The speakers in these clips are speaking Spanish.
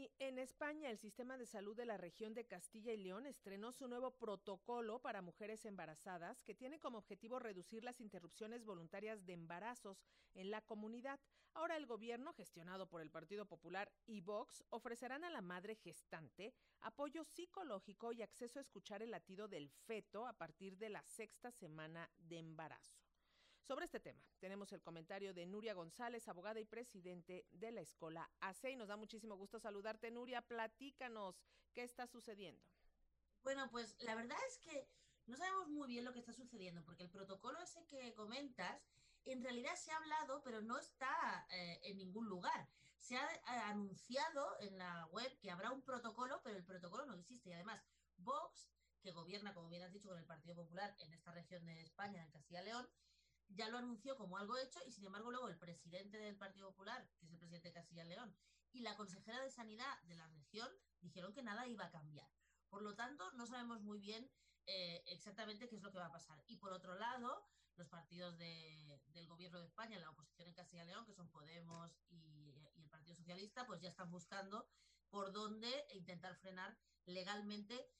Y en España, el sistema de salud de la región de Castilla y León estrenó su nuevo protocolo para mujeres embarazadas que tiene como objetivo reducir las interrupciones voluntarias de embarazos en la comunidad. Ahora el gobierno, gestionado por el Partido Popular y Vox, ofrecerán a la madre gestante apoyo psicológico y acceso a escuchar el latido del feto a partir de la sexta semana de embarazo. Sobre este tema, tenemos el comentario de Nuria González, abogada y presidente de la Escola AC. Y nos da muchísimo gusto saludarte, Nuria. Platícanos qué está sucediendo. Bueno, pues la verdad es que no sabemos muy bien lo que está sucediendo, porque el protocolo ese que comentas, en realidad se ha hablado, pero no está en ningún lugar. Se ha anunciado en la web que habrá un protocolo, pero el protocolo no existe. Y además, Vox, que gobierna, como bien has dicho, con el Partido Popular en esta región de España, en Castilla y León, ya lo anunció como algo hecho y sin embargo luego el presidente del Partido Popular, que es el presidente de Castilla y León, y la consejera de Sanidad de la región dijeron que nada iba a cambiar. Por lo tanto, no sabemos muy bien exactamente qué es lo que va a pasar. Y por otro lado, los partidos del gobierno de España, la oposición en Castilla y León, que son Podemos y el Partido Socialista, pues ya están buscando por dónde intentar frenar legalmente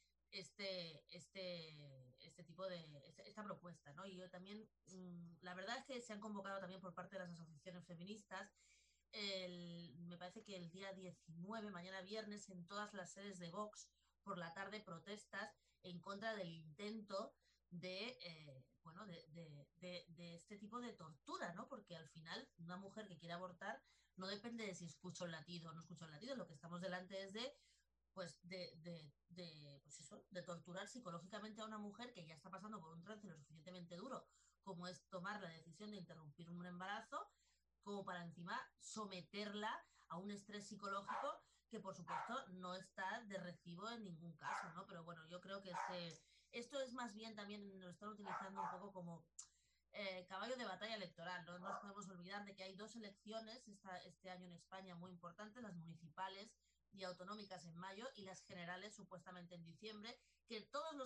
este tipo de, esta propuesta, ¿no? Y yo también, la verdad es que se han convocado también por parte de las asociaciones feministas, me parece que el día 19, mañana viernes, en todas las sedes de Vox, por la tarde, protestas en contra del intento bueno, de este tipo de tortura, ¿no? Porque al final una mujer que quiere abortar no depende de si escucha un latido o no escucha un latido, lo que estamos delante es pues eso, de torturar psicológicamente a una mujer que ya está pasando por un trance lo suficientemente duro como es tomar la decisión de interrumpir un embarazo, como para encima someterla a un estrés psicológico que por supuesto no está de recibo en ningún caso, ¿no? Pero bueno, yo creo que esto es más bien también lo están utilizando un poco como caballo de batalla electoral. No nos podemos olvidar de que hay dos elecciones este año en España muy importantes, las municipales y autonómicas en mayo y las generales supuestamente en diciembre, que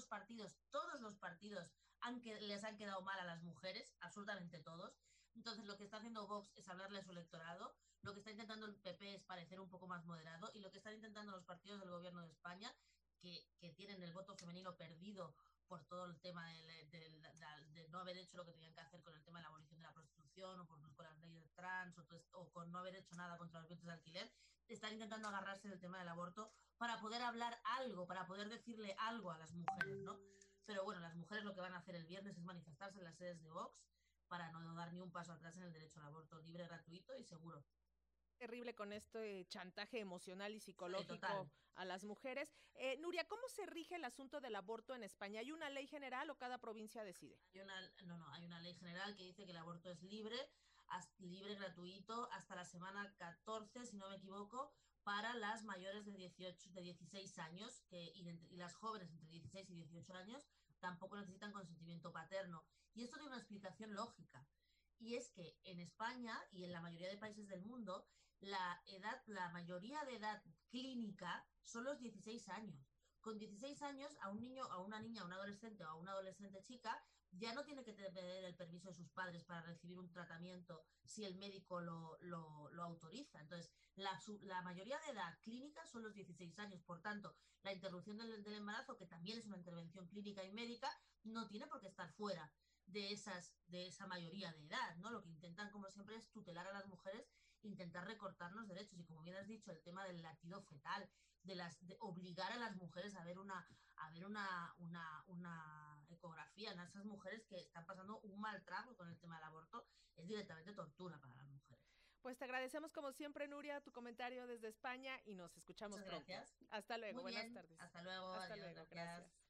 todos los partidos les han quedado mal a las mujeres, absolutamente todos. Entonces lo que está haciendo Vox es hablarle a su electorado, lo que está intentando el PP es parecer un poco más moderado y lo que están intentando los partidos del gobierno de España, que tienen el voto femenino perdido por todo el tema de no haber hecho lo que tenían que hacer con el tema de la abolición de la prostitución o con las leyes trans o con no haber hecho nada contra los vientos de alquiler, están intentando agarrarse del tema del aborto para poder hablar algo, para poder decirle algo a las mujeres, ¿no? Pero bueno, las mujeres lo que van a hacer el viernes es manifestarse en las sedes de Vox para no dar ni un paso atrás en el derecho al aborto libre, gratuito y seguro. Terrible con este chantaje emocional y Sí, psicológico total. a las mujeres. Nuria, ¿cómo se rige el asunto del aborto en España? ¿Hay una ley general o cada provincia decide? Hay una ley general que dice que el aborto es libre, libre, gratuito, hasta la semana 14, si no me equivoco, para las mayores de 18, de 16 años y las jóvenes entre 16 y 18 años tampoco necesitan consentimiento paterno. Y esto tiene una explicación lógica. Y es que en España y en la mayoría de países del mundo, la mayoría de edad clínica son los 16 años. Con 16 años, a un niño, a una niña, a un adolescente o a una adolescente chica ya no tiene que tener el permiso de sus padres para recibir un tratamiento si el médico lo autoriza. Entonces, la mayoría de edad clínica son los 16 años. Por tanto, la interrupción del embarazo, que también es una intervención clínica y médica, no tiene por qué estar fuera de esa mayoría de edad, ¿no? Lo que intentan, como siempre, es tutelar a las mujeres, intentar recortarnos derechos. Y como bien has dicho, el tema del latido fetal, de obligar a las mujeres a ver una ecografía en esas mujeres que están pasando un mal trago con el tema del aborto, es directamente tortura para las mujeres. Pues te agradecemos como siempre, Nuria, tu comentario desde España y nos escuchamos Muchas pronto. gracias. Hasta luego, Muy buenas bien, tardes. hasta luego, Hasta adiós, luego, gracias. gracias.